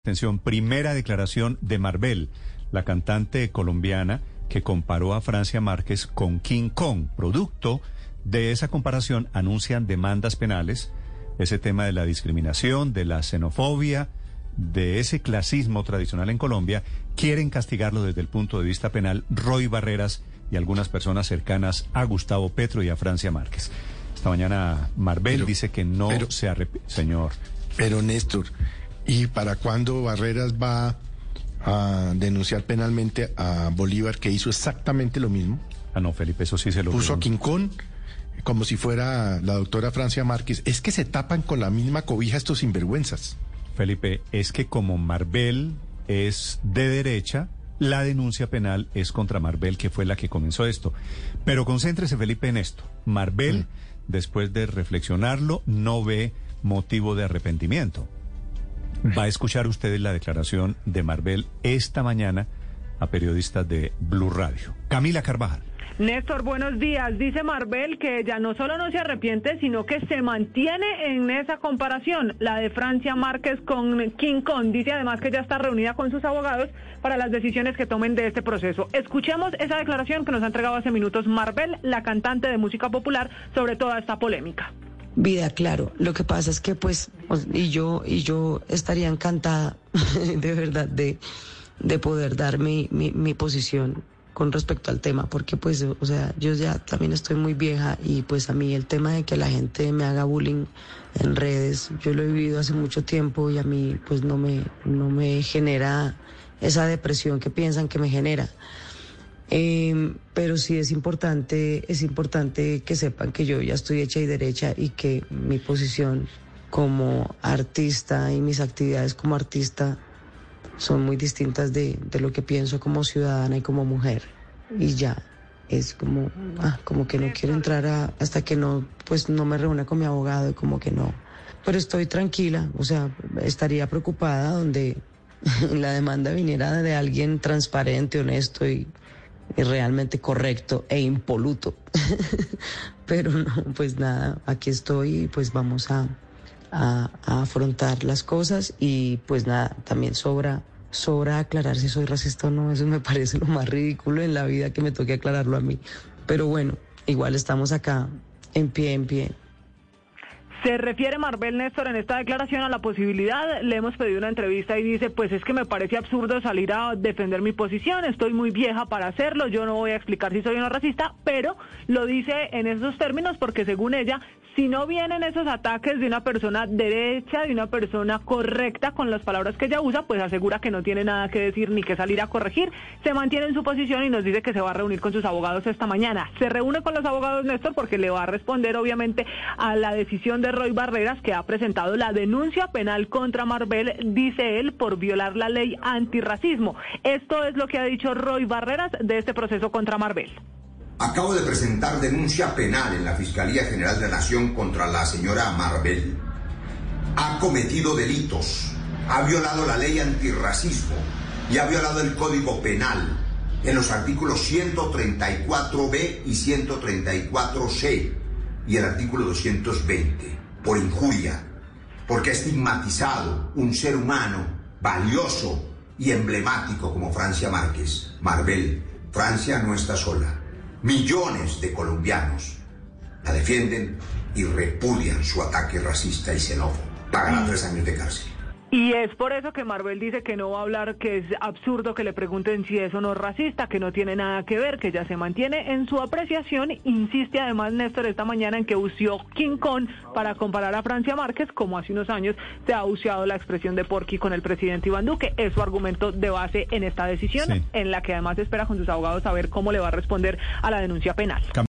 Atención, primera declaración de Marbel, la cantante colombiana que comparó a Francia Márquez con King Kong. Producto de esa comparación anuncian demandas penales, ese tema de la discriminación, de la xenofobia, de ese clasismo tradicional en Colombia. Quieren castigarlo desde el punto de vista penal Roy Barreras y algunas personas cercanas a Gustavo Petro y a Francia Márquez. Esta mañana Marbel dice que no se arrepiente. Señor. Pero Néstor, ¿y para cuándo Barreras va a denunciar penalmente a Bolívar, que hizo exactamente lo mismo? Ah, no, Felipe, eso sí se lo puso pregunto. a King Kong como si fuera la doctora Francia Márquez. Es que se tapan con la misma cobija estos sinvergüenzas. Felipe, es que como Marbel es de derecha, la denuncia penal es contra Marbel, que fue la que comenzó esto. Pero concéntrese, Felipe, en esto. Marbel, después de reflexionarlo, no ve motivo de arrepentimiento. Va a escuchar ustedes la declaración de Marbel esta mañana a periodistas de Blue Radio. Camila Carvajal. Néstor, buenos días. Dice Marbel que ella no solo no se arrepiente, sino que se mantiene en esa comparación, la de Francia Márquez con King Kong. Dice además que ya está reunida con sus abogados para las decisiones que tomen de este proceso. Escuchemos esa declaración que nos ha entregado hace minutos Marbel, la cantante de música popular, sobre toda esta polémica. Vida, claro. Lo que pasa es que y yo estaría encantada de verdad de poder dar mi posición con respecto al tema, porque yo ya también estoy muy vieja y pues a mí el tema de que la gente me haga bullying en redes, yo lo he vivido hace mucho tiempo y a mí pues no me genera esa depresión que piensan que me genera. Pero sí es importante que sepan que yo ya estoy hecha y derecha y que mi posición como artista y mis actividades como artista son muy distintas de lo que pienso como ciudadana y como mujer. Y ya, es como que no quiero entrar hasta que no me reúna con mi abogado y como que no. Pero estoy tranquila, estaría preocupada donde la demanda viniera de alguien transparente, honesto y realmente correcto e impoluto. Pero no, pues nada, aquí estoy y pues vamos a afrontar las cosas y pues nada, también sobra aclarar si soy racista o no. Eso me parece lo más ridículo en la vida, que me toque aclararlo a mí. Pero bueno, igual estamos acá en pie. Se refiere Marbel, Néstor, en esta declaración a la posibilidad, le hemos pedido una entrevista y dice, pues es que me parece absurdo salir a defender mi posición, estoy muy vieja para hacerlo, yo no voy a explicar si soy una racista, pero lo dice en esos términos porque según ella, si no vienen esos ataques de una persona derecha, de una persona correcta con las palabras que ella usa, pues asegura que no tiene nada que decir ni que salir a corregir, se mantiene en su posición y nos dice que se va a reunir con sus abogados esta mañana. Se reúne con los abogados, Néstor, porque le va a responder obviamente a la decisión de Roy Barreras, que ha presentado la denuncia penal contra Marbel, dice él, por violar la ley antirracismo. Esto es lo que ha dicho Roy Barreras de este proceso contra Marbel. Acabo de presentar denuncia penal en la Fiscalía General de la Nación contra la señora Marbel. Ha cometido delitos, ha violado la ley antirracismo y ha violado el Código Penal en los artículos 134b y 134c y el artículo 220, por injuria, porque ha estigmatizado un ser humano valioso y emblemático como Francia Márquez. Marbel, Francia no está sola. Millones de colombianos la defienden y repudian su ataque racista y xenófobo. Pagará 3 años de cárcel. Y es por eso que Marbel dice que no va a hablar, que es absurdo que le pregunten si eso no es racista, que no tiene nada que ver, que ella se mantiene en su apreciación. Insiste además, Néstor, esta mañana en que usó King Kong para comparar a Francia Márquez, como hace unos años se ha usado la expresión de Porky con el presidente Iván Duque. Es su argumento de base en esta decisión, en la que además espera con sus abogados saber cómo le va a responder a la denuncia penal.